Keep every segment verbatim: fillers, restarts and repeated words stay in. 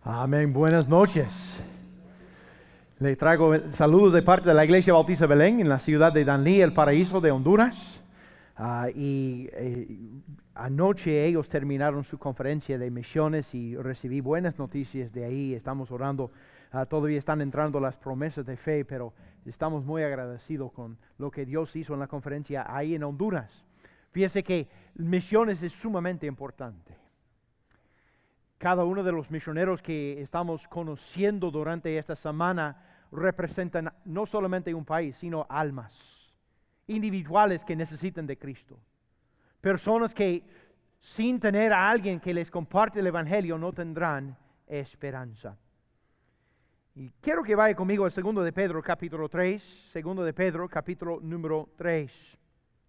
Amén. Buenas noches. Le traigo saludos de parte de la Iglesia Bautista Belén en la ciudad de Danlí, el paraíso de Honduras. Uh, y eh, anoche ellos terminaron su conferencia de misiones y recibí buenas noticias de ahí. Estamos orando. Uh, todavía están entrando las promesas de fe, pero estamos muy agradecidos con lo que Dios hizo en la conferencia ahí en Honduras. Fíjese que misiones es sumamente importante. Cada uno de los misioneros que estamos conociendo durante esta semana representan no solamente un país, sino almas individuales que necesitan de Cristo. Personas que sin tener a alguien que les comparte el Evangelio no tendrán esperanza. Y quiero que vaya conmigo al segundo de Pedro, capítulo tres. Segundo de Pedro, capítulo número tres.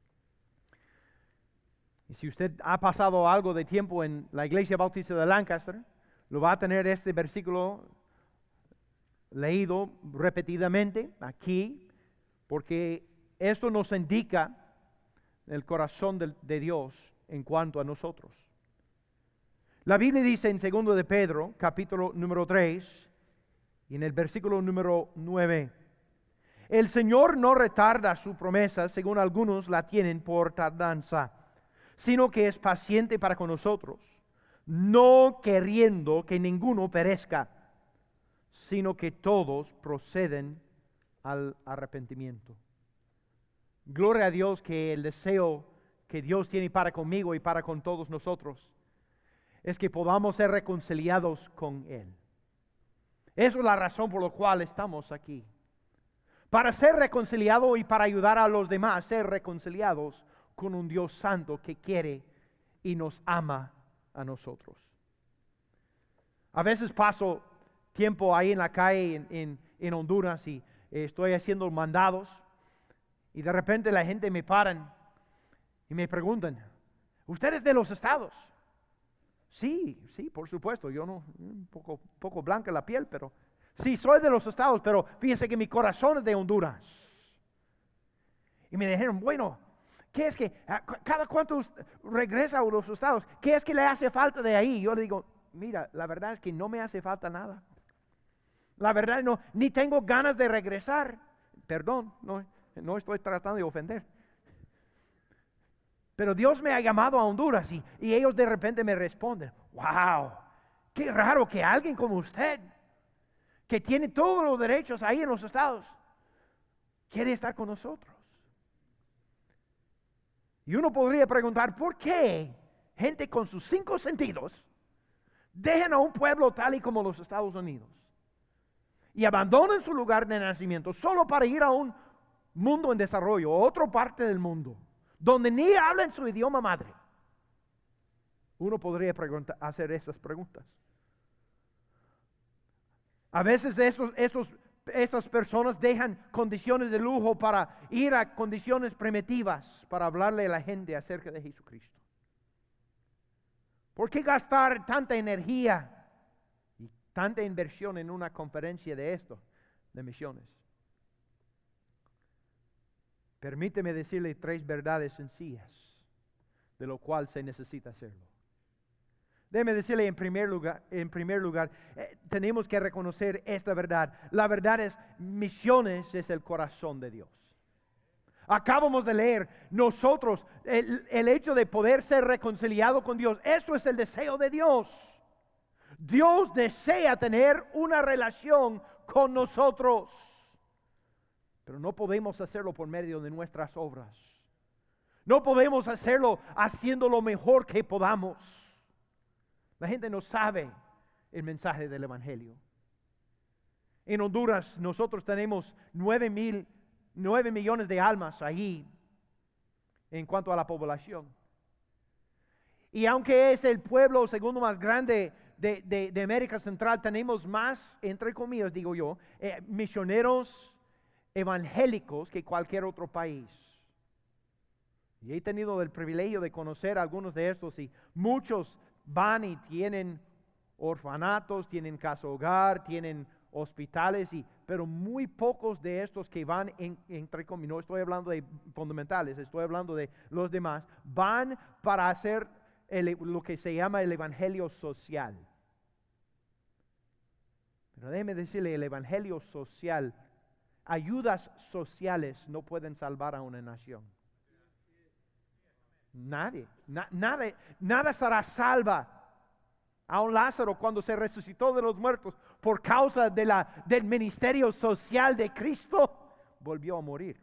Y si usted ha pasado algo de tiempo en la Iglesia Bautista de Lancaster, lo va a tener este versículo leído repetidamente aquí, porque esto nos indica el corazón de, de Dios en cuanto a nosotros. La Biblia dice en segundo de Pedro, capítulo número tres, y en el versículo número nueve, el Señor no retarda su promesa, según algunos la tienen por tardanza, sino que es paciente para con nosotros, no queriendo que ninguno perezca, sino que todos proceden al arrepentimiento. Gloria a Dios que el deseo que Dios tiene para conmigo y para con todos nosotros es que podamos ser reconciliados con Él. Esa es la razón por la cual estamos aquí. Para ser reconciliados y para ayudar a los demás a ser reconciliados con un Dios santo que quiere y nos ama a nosotros. A veces paso tiempo ahí en la calle en, en, en Honduras y eh, estoy haciendo mandados y de repente la gente me paran y me preguntan, ¿usted es de los estados? Sí, sí, por supuesto, yo no, un poco, poco blanca la piel, pero sí, soy de los estados, pero fíjense que mi corazón es de Honduras. Y me dijeron, bueno, ¿qué es que, cada cuánto regresa a los estados? ¿Qué es que le hace falta de ahí? Yo le digo, mira, la verdad es que no me hace falta nada. La verdad no, ni tengo ganas de regresar. Perdón, no, no estoy tratando de ofender. Pero Dios me ha llamado a Honduras y, y ellos de repente me responden, wow, qué raro que alguien como usted, que tiene todos los derechos ahí en los estados, quiere estar con nosotros. Y uno podría preguntar, ¿por qué gente con sus cinco sentidos dejan a un pueblo tal y como los Estados Unidos y abandonan su lugar de nacimiento solo para ir a un mundo en desarrollo, a otra parte del mundo, donde ni hablan su idioma madre? Uno podría preguntar, hacer estas preguntas. A veces estos, estos, estas personas dejan condiciones de lujo para ir a condiciones primitivas para hablarle a la gente acerca de Jesucristo. ¿Por qué gastar tanta energía y tanta inversión en una conferencia de esto, de misiones? Permíteme decirle tres verdades sencillas de lo cual se necesita hacerlo. Déjeme decirle en primer lugar, en primer lugar eh, tenemos que reconocer esta verdad. La verdad es, misiones es el corazón de Dios. Acabamos de leer, nosotros, el, el hecho de poder ser reconciliado con Dios, eso es el deseo de Dios. Dios desea tener una relación con nosotros, pero no podemos hacerlo por medio de nuestras obras. No podemos hacerlo haciendo lo mejor que podamos. La gente no sabe el mensaje del Evangelio. En Honduras nosotros tenemos nueve mil, nueve millones de almas ahí en cuanto a la población. Y aunque es el pueblo segundo más grande de, de, de América Central, tenemos más, entre comillas digo yo, eh, misioneros evangélicos que cualquier otro país. Y he tenido el privilegio de conocer a algunos de estos y muchos van y tienen orfanatos, tienen casa hogar, tienen hospitales, y, pero muy pocos de estos que van, en, entre comillas, no estoy hablando de fundamentales, estoy hablando de los demás, van para hacer el, lo que se llama el evangelio social. Pero déjeme decirle, el evangelio social, ayudas sociales no pueden salvar a una nación. Nadie, na, nada, nada será salva. A un Lázaro cuando se resucitó de los muertos por causa de la, del ministerio social de Cristo, volvió a morir.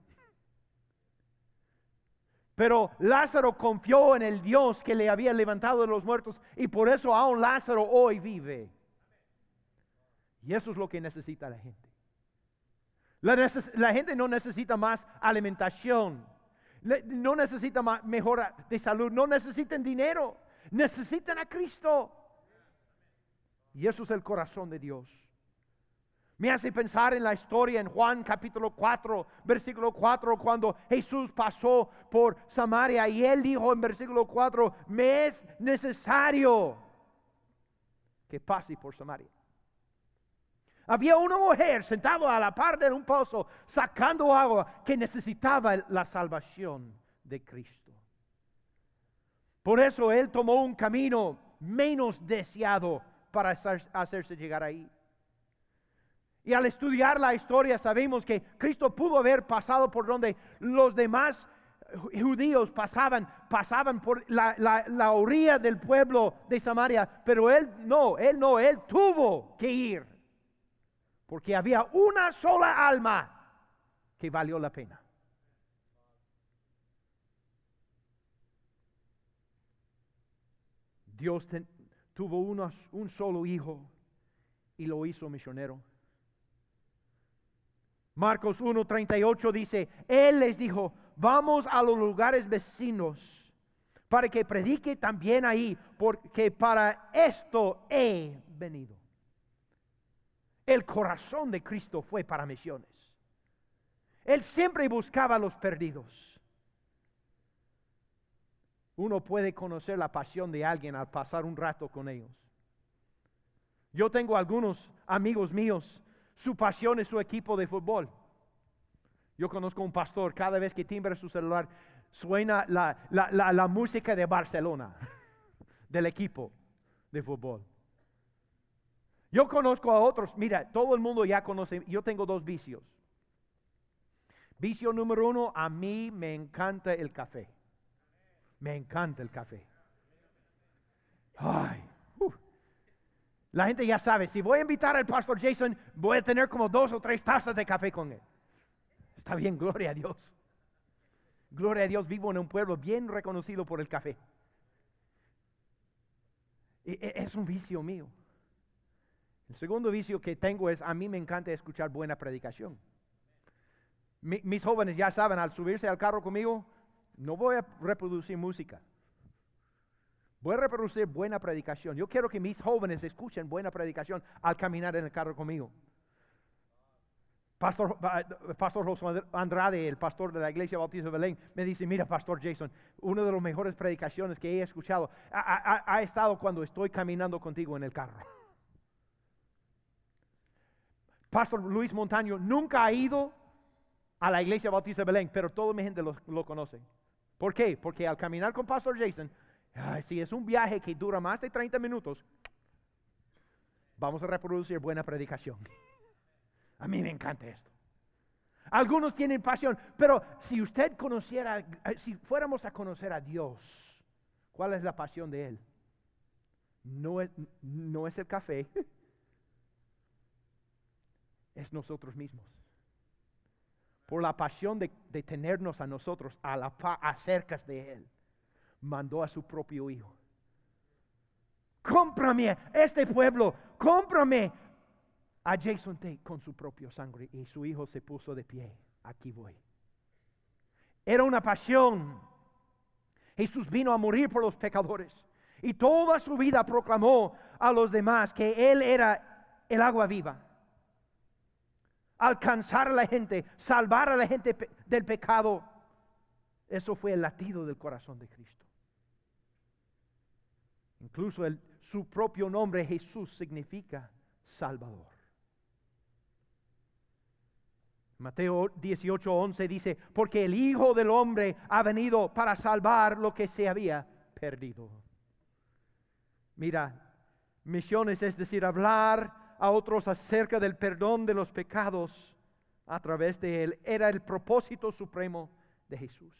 Pero Lázaro confió en el Dios que le había levantado de los muertos y por eso aún Lázaro hoy vive. Y eso es lo que necesita la gente. La, neces- la gente no necesita más alimentación, Le- no necesita más mejora de salud, no necesitan dinero, necesitan a Cristo. Y eso es el corazón de Dios. Me hace pensar en la historia en Juan capítulo cuatro, versículo cuatro, cuando Jesús pasó por Samaria y Él dijo en versículo cuatro, me es necesario que pase por Samaria. Había una mujer sentada a la par de un pozo sacando agua que necesitaba la salvación de Cristo. Por eso Él tomó un camino menos deseado para hacer, hacerse llegar ahí. Y al estudiar la historia sabemos que Cristo pudo haber pasado por donde los demás judíos pasaban, pasaban por la, la, la orilla del pueblo de Samaria, pero Él no, Él no, Él tuvo que ir, porque había una sola alma que valió la pena. Dios ten, tuvo unos, un solo hijo y lo hizo misionero. Marcos uno treinta y ocho dice, Él les dijo, vamos a los lugares vecinos para que predique también ahí, porque para esto he venido. El corazón de Cristo fue para misiones. Él siempre buscaba a los perdidos. Uno puede conocer la pasión de alguien al pasar un rato con ellos. Yo tengo algunos amigos míos, su pasión es su equipo de fútbol. Yo conozco un pastor, cada vez que timbra su celular, suena la, la, la, la música de Barcelona, del equipo de fútbol. Yo conozco a otros, mira, todo el mundo ya conoce, yo tengo dos vicios. Vicio número uno, a mí me encanta el café. Me encanta el café. Ay, uh. La gente ya sabe, si voy a invitar al pastor Jason, voy a tener como dos o tres tazas de café con él. Está bien, gloria a Dios. Gloria a Dios, vivo en un pueblo bien reconocido por el café. Y es un vicio mío. El segundo vicio que tengo es, a mí me encanta escuchar buena predicación. Mi, mis jóvenes ya saben, al subirse al carro conmigo, no voy a reproducir música. Voy a reproducir buena predicación. Yo quiero que mis jóvenes escuchen buena predicación al caminar en el carro conmigo. Pastor, Pastor José Andrade, el pastor de la Iglesia Bautista de Belén, me dice, mira, Pastor Jason, una de las mejores predicaciones que he escuchado ha, ha, ha estado cuando estoy caminando contigo en el carro. Pastor Luis Montaño nunca ha ido a la Iglesia Bautista de Belén, pero toda mi gente lo, lo conoce. ¿Por qué? Porque al caminar con Pastor Jason, ay, si es un viaje que dura más de treinta minutos, vamos a reproducir buena predicación. A mí me encanta esto. Algunos tienen pasión, pero si usted conociera, si fuéramos a conocer a Dios, ¿cuál es la pasión de Él? No es, no es el café, es nosotros mismos. Por la pasión de, de tenernos a nosotros a la paz acerca de Él, mandó a su propio Hijo. Cómprame este pueblo, cómprame a Jason Tate con su propia sangre, y su hijo se puso de pie. Aquí voy. Era una pasión. Jesús vino a morir por los pecadores y toda su vida proclamó a los demás que Él era el agua viva. Alcanzar a la gente, salvar a la gente pe- del pecado. Eso fue el latido del corazón de Cristo. Incluso el, su propio nombre Jesús significa Salvador. Mateo dieciocho once dice, porque el Hijo del Hombre ha venido para salvar lo que se había perdido. Mira, misiones es decir, hablar a otros acerca del perdón de los pecados a través de Él. Era el propósito supremo de Jesús.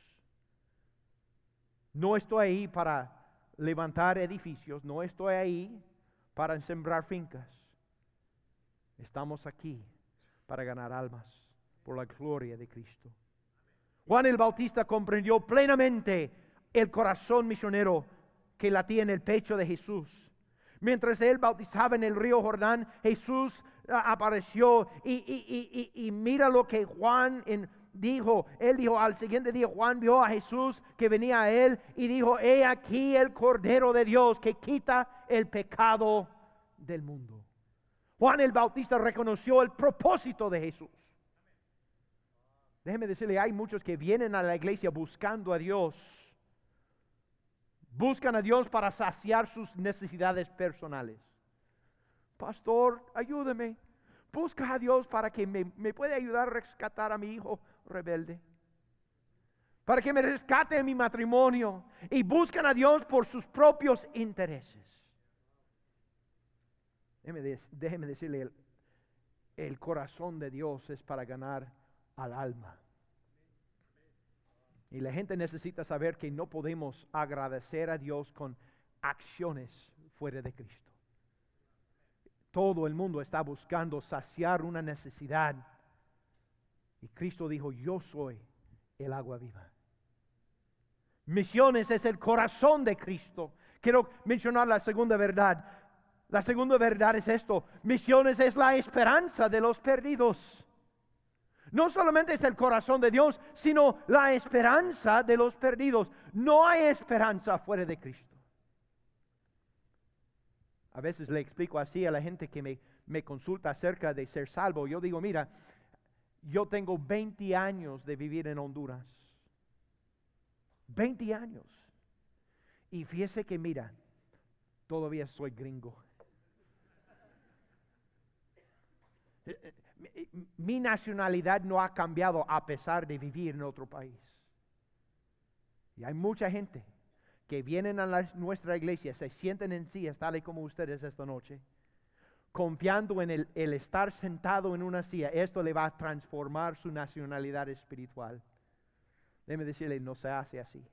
No estoy ahí para levantar edificios, no estoy ahí para sembrar fincas. Estamos aquí para ganar almas por la gloria de Cristo. Juan el Bautista comprendió plenamente el corazón misionero que latía en el pecho de Jesús. Mientras él bautizaba en el río Jordán, Jesús apareció y, y, y, y mira lo que Juan en, dijo. Él dijo, al siguiente día Juan vio a Jesús que venía a él y dijo, he aquí el Cordero de Dios que quita el pecado del mundo. Juan el Bautista reconoció el propósito de Jesús. Déjeme decirle, hay muchos que vienen a la iglesia buscando a Dios. Buscan a Dios para saciar sus necesidades personales. Pastor, ayúdame. Busca a Dios para que me, me pueda ayudar a rescatar a mi hijo rebelde. Para que me rescate en mi matrimonio. Y buscan a Dios por sus propios intereses. Déjeme, déjeme decirle, el, el corazón de Dios es para ganar al alma. Y la gente necesita saber que no podemos agradecer a Dios con acciones fuera de Cristo. Todo el mundo está buscando saciar una necesidad. Y Cristo dijo, yo soy el agua viva. Misiones es el corazón de Cristo. Quiero mencionar la segunda verdad. La segunda verdad es esto. Misiones es la esperanza de los perdidos. No solamente es el corazón de Dios, sino la esperanza de los perdidos. No hay esperanza fuera de Cristo. A veces le explico así a la gente que me, me consulta acerca de ser salvo. Yo digo, mira, yo tengo veinte años de vivir en Honduras. veinte años. Y fíjese que, mira, todavía soy gringo. Mi nacionalidad no ha cambiado a pesar de vivir en otro país. Y hay mucha gente que vienen a la, nuestra iglesia, se sienten en sillas, tal y como ustedes esta noche, confiando en el, el estar sentado en una silla. Esto le va a transformar su nacionalidad espiritual. Déjeme decirle, no se hace así.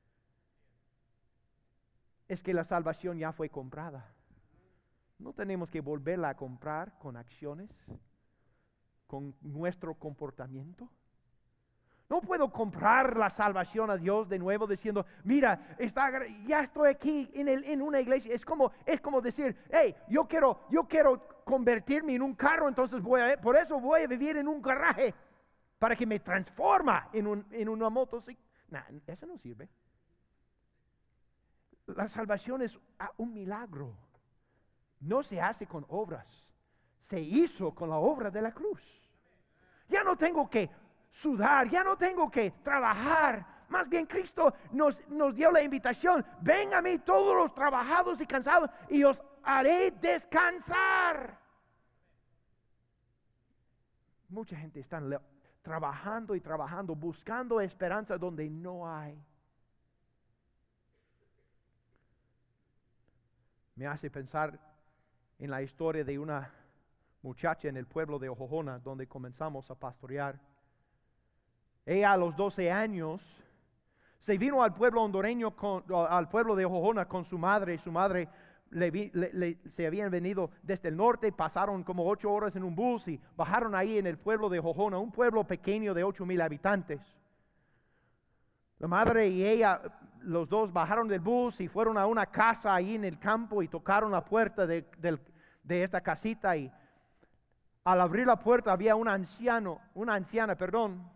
Es que la salvación ya fue comprada. No tenemos que volverla a comprar con acciones, con nuestro comportamiento. No puedo comprar la salvación a Dios de nuevo diciendo, mira, está, ya estoy aquí en, el, en una iglesia. Es como, es como decir, hey, yo quiero, yo quiero convertirme en un carro, entonces voy a, por eso voy a vivir en un garaje, para que me transforma en, un, en una motocicleta. Nah, eso no sirve. La salvación es un milagro. No se hace con obras, se hizo con la obra de la cruz. Ya no tengo que sudar, ya no tengo que trabajar. Más bien Cristo nos, nos dio la invitación, ven a mí todos los trabajados y cansados y os haré descansar. Mucha gente está trabajando y trabajando, buscando esperanza donde no hay. Me hace pensar en la historia de una muchacha en el pueblo de Ojojona, donde comenzamos a pastorear. Ella a los doce años se vino al pueblo hondureño, con, al pueblo de Ojojona con su madre. Su madre le, le, le, se habían venido desde el norte, pasaron como ocho horas en un bus y bajaron ahí en el pueblo de Ojojona, un pueblo pequeño de ocho mil habitantes. La madre y ella, los dos bajaron del bus y fueron a una casa ahí en el campo y tocaron la puerta de, de, de esta casita, y al abrir la puerta había un anciano, una anciana, perdón.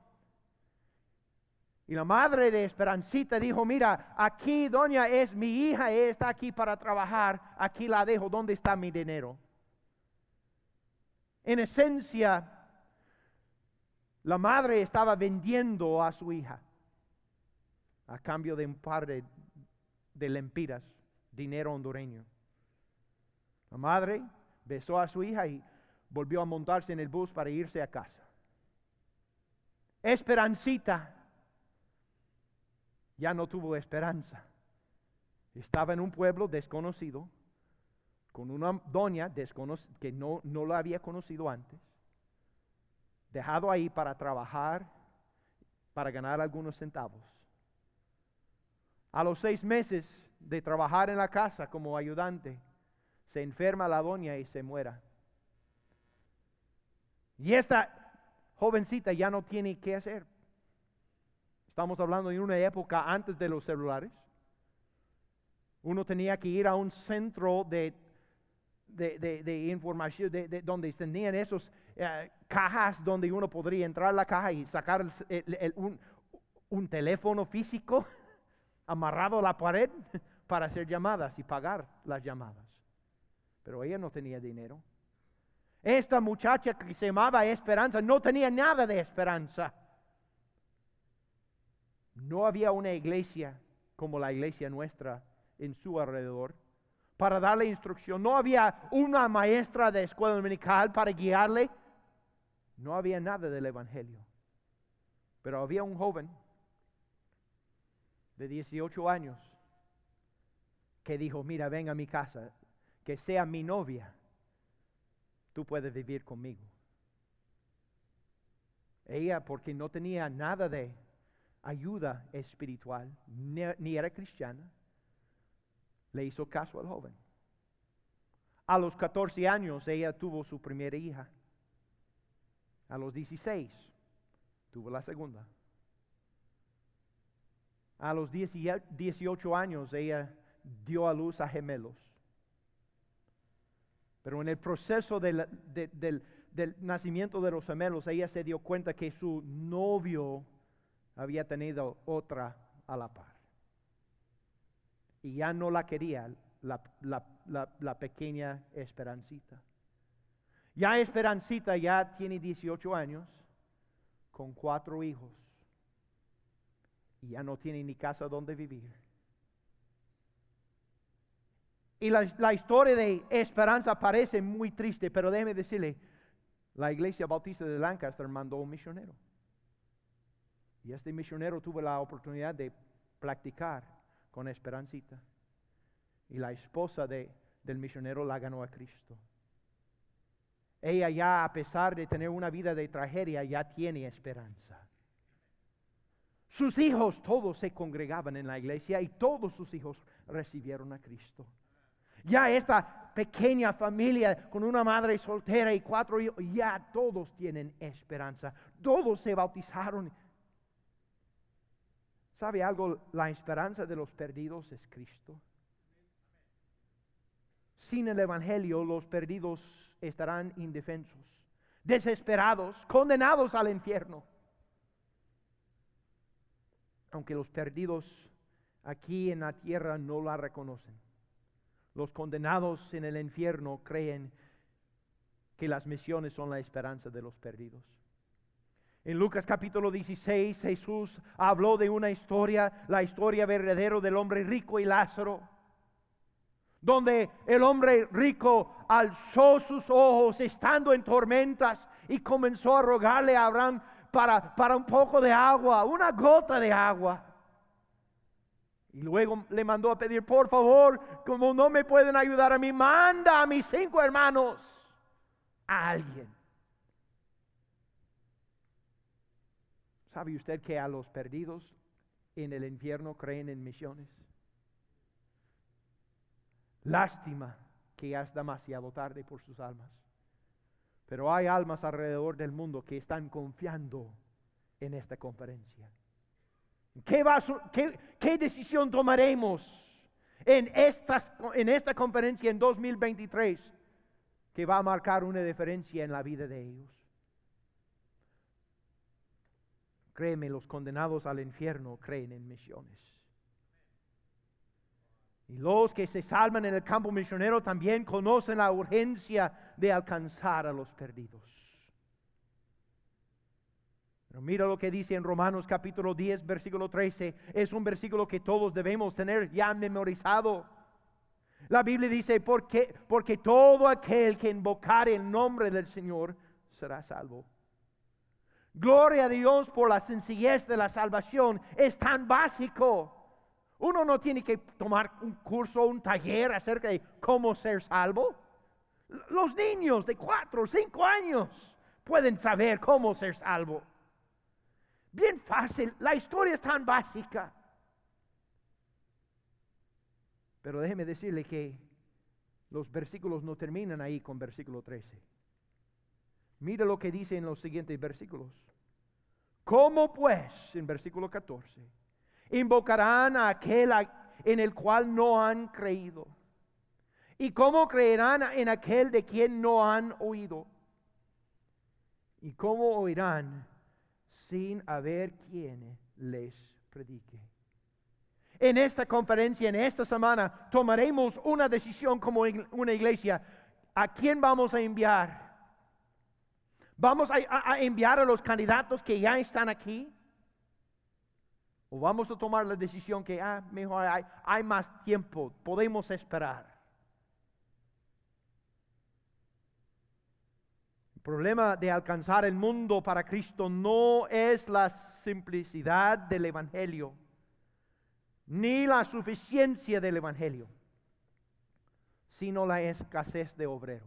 Y la madre de Esperancita dijo, mira, aquí doña es mi hija, ella está aquí para trabajar, aquí la dejo, ¿dónde está mi dinero? En esencia, la madre estaba vendiendo a su hija a cambio de un par de, de lempiras, dinero hondureño. La madre besó a su hija y volvió a montarse en el bus para irse a casa. Esperancita ya no tuvo esperanza. Estaba en un pueblo desconocido, con una doña desconoc- que no, no la había conocido antes, dejado ahí para trabajar, para ganar algunos centavos. A los seis meses de trabajar en la casa como ayudante, se enferma la doña y se muera. Y esta jovencita ya no tiene qué hacer. Estamos hablando de una época antes de los celulares. Uno tenía que ir a un centro de, de, de, de información, de, de, donde tenían esos uh, cajas donde uno podría entrar a la caja y sacar el, el, el, un, un teléfono físico amarrado a la pared para hacer llamadas y pagar las llamadas. Pero ella no tenía dinero. Esta muchacha que se llamaba Esperanza no tenía nada de esperanza. No había una iglesia como la iglesia nuestra en su alrededor para darle instrucción. No había una maestra de escuela dominical para guiarle. No había nada del evangelio. Pero había un joven de dieciocho años que dijo, mira, ven a mi casa, que sea mi novia, tú puedes vivir conmigo. Ella, porque no tenía nada de ayuda espiritual, ni, ni era cristiana, le hizo caso al joven. A los catorce años ella tuvo su primera hija. A los dieciséis tuvo la segunda. A los dieciocho años ella dio a luz a gemelos. Pero en el proceso del, de, del, del nacimiento de los gemelos, ella se dio cuenta que su novio había tenido otra a la par. Y ya no la quería la, la, la, la pequeña Esperancita. Ya Esperancita ya tiene dieciocho años, con cuatro hijos. Y ya no tiene ni casa donde vivir. Y la, la historia de Esperanza parece muy triste, pero déjeme decirle, la Iglesia Bautista de Lancaster mandó un misionero. Y este misionero tuvo la oportunidad de practicar con Esperancita. Y la esposa de, del misionero la ganó a Cristo. Ella ya, a pesar de tener una vida de tragedia, ya tiene esperanza. Sus hijos todos se congregaban en la iglesia y todos sus hijos recibieron a Cristo. Ya esta pequeña familia con una madre soltera y cuatro hijos, ya todos tienen esperanza. Todos se bautizaron. ¿Sabe algo? La esperanza de los perdidos es Cristo. Sin el Evangelio, los perdidos estarán indefensos, desesperados, condenados al infierno. Aunque los perdidos aquí en la tierra no la reconocen. Los condenados en el infierno creen que las misiones son la esperanza de los perdidos. En Lucas capítulo dieciséis, Jesús habló de una historia, la historia verdadera del hombre rico y Lázaro, donde el hombre rico alzó sus ojos estando en tormentas y comenzó a rogarle a Abraham para, para un poco de agua, una gota de agua. Y luego le mandó a pedir, por favor, como no me pueden ayudar a mí, manda a mis cinco hermanos a alguien. ¿Sabe usted que a los perdidos en el infierno creen en misiones? Lástima que ya es demasiado tarde por sus almas. Pero hay almas alrededor del mundo que están confiando en esta conferencia. ¿Qué, va a, qué, qué decisión tomaremos en, estas, en esta conferencia en dos mil veintitrés que va a marcar una diferencia en la vida de ellos? Créeme, los condenados al infierno creen en misiones. Y los que se salvan en el campo misionero también conocen la urgencia de alcanzar a los perdidos. Pero mira lo que dice en Romanos capítulo diez, versículo trece. Es un versículo que todos debemos tener ya memorizado. La Biblia dice, porque, porque todo aquel que invocare el nombre del Señor será salvo. Gloria a Dios por la sencillez de la salvación. Es tan básico. Uno no tiene que tomar un curso, un taller acerca de cómo ser salvo. Los niños de cuatro o cinco años pueden saber cómo ser salvo. Bien fácil, la historia es tan básica. Pero déjeme decirle que los versículos no terminan ahí con versículo trece. Mira lo que dice en los siguientes versículos. ¿Cómo pues, en versículo catorce, invocarán a aquel en el cual no han creído? ¿Y cómo creerán en aquel de quien no han oído? ¿Y cómo oirán sin haber quien les predique? En esta conferencia, en esta semana, tomaremos una decisión como una iglesia. ¿A quién vamos a enviar? ¿Vamos a, a, a enviar a los candidatos que ya están aquí? ¿O vamos a tomar la decisión que, ah, mejor hay, hay más tiempo, podemos esperar? El problema de alcanzar el mundo para Cristo no es la simplicidad del Evangelio, ni la suficiencia del Evangelio, sino la escasez de obreros.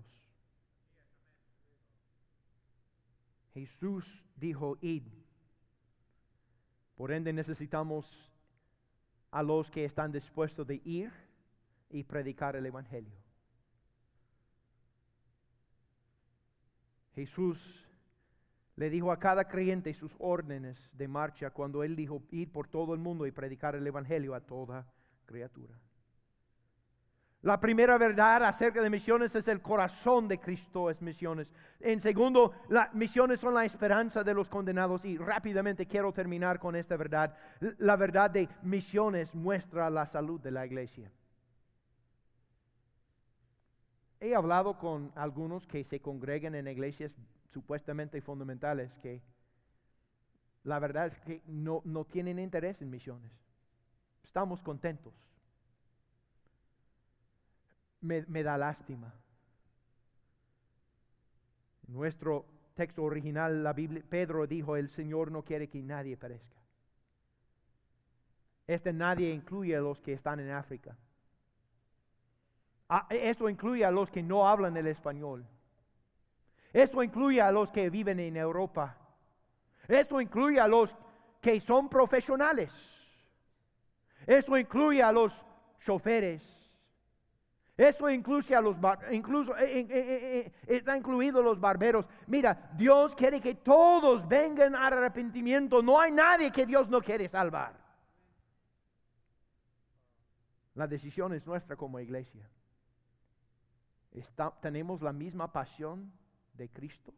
Jesús dijo, id. Por ende necesitamos a los que están dispuestos de ir y predicar el Evangelio. Jesús le dijo a cada creyente sus órdenes de marcha cuando Él dijo ir por todo el mundo y predicar el Evangelio a toda criatura. La primera verdad acerca de misiones es el corazón de Cristo es misiones. En segundo, las misiones son la esperanza de los condenados. Y rápidamente quiero terminar con esta verdad. La verdad de misiones muestra la salud de la iglesia. He hablado con algunos que se congregan en iglesias supuestamente fundamentales que la verdad es que no, no tienen interés en misiones. Estamos contentos. Me, me da lástima. En nuestro texto original, la Biblia, Pedro dijo, el Señor no quiere que nadie perezca. Este nadie incluye a los que están en África. Ah, esto incluye a los que no hablan el español. Esto incluye a los que viven en Europa. Esto incluye a los que son profesionales. Esto incluye a los choferes. Esto incluye a los bar, incluso eh, eh, eh, eh, está incluido los barberos. Mira, Dios quiere que todos vengan al arrepentimiento. No hay nadie que Dios no quiere salvar. La decisión es nuestra como iglesia. Está, ¿Tenemos la misma pasión de Cristo?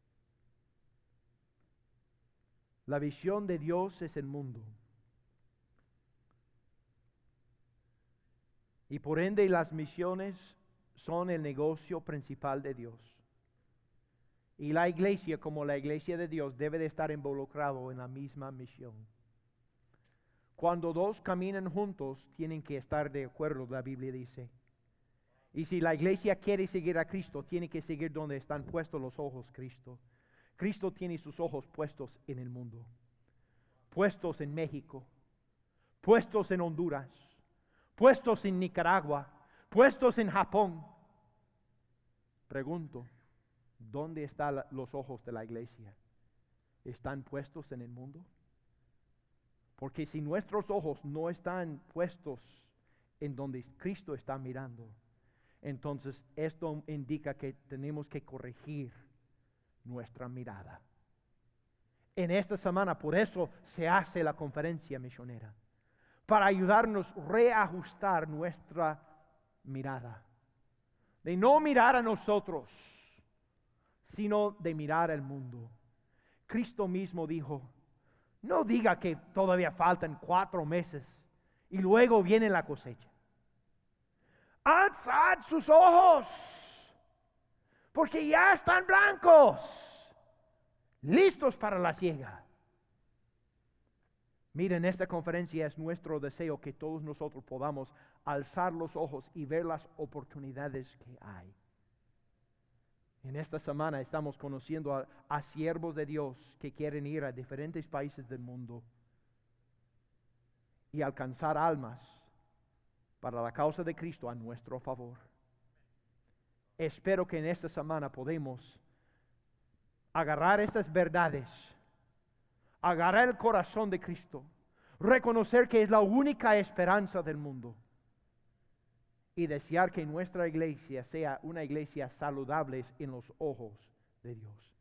La visión de Dios es el mundo. Y por ende las misiones son el negocio principal de Dios. Y la iglesia, como la iglesia de Dios, debe de estar involucrado en la misma misión. Cuando dos caminan juntos, tienen que estar de acuerdo, la Biblia dice. Y si la iglesia quiere seguir a Cristo, tiene que seguir donde están puestos los ojos Cristo. Cristo tiene sus ojos puestos en el mundo, puestos en México, puestos en Honduras, puestos en Nicaragua, puestos en Japón. Pregunto, ¿dónde están los ojos de la iglesia? ¿Están puestos en el mundo? Porque si nuestros ojos no están puestos en donde Cristo está mirando, entonces esto indica que tenemos que corregir nuestra mirada. En esta semana, por eso se hace la conferencia misionera, para ayudarnos a reajustar nuestra mirada. De no mirar a nosotros, sino de mirar al mundo. Cristo mismo dijo, no diga que todavía faltan cuatro meses y luego viene la cosecha. Alzad sus ojos, porque ya están blancos, listos para la siega. Miren, esta conferencia es nuestro deseo que todos nosotros podamos alzar los ojos y ver las oportunidades que hay. En esta semana estamos conociendo a, a siervos de Dios que quieren ir a diferentes países del mundo y alcanzar almas para la causa de Cristo a nuestro favor. Espero que en esta semana podamos agarrar estas verdades, agarrar el corazón de Cristo, reconocer que es la única esperanza del mundo y desear que nuestra iglesia sea una iglesia saludable en los ojos de Dios.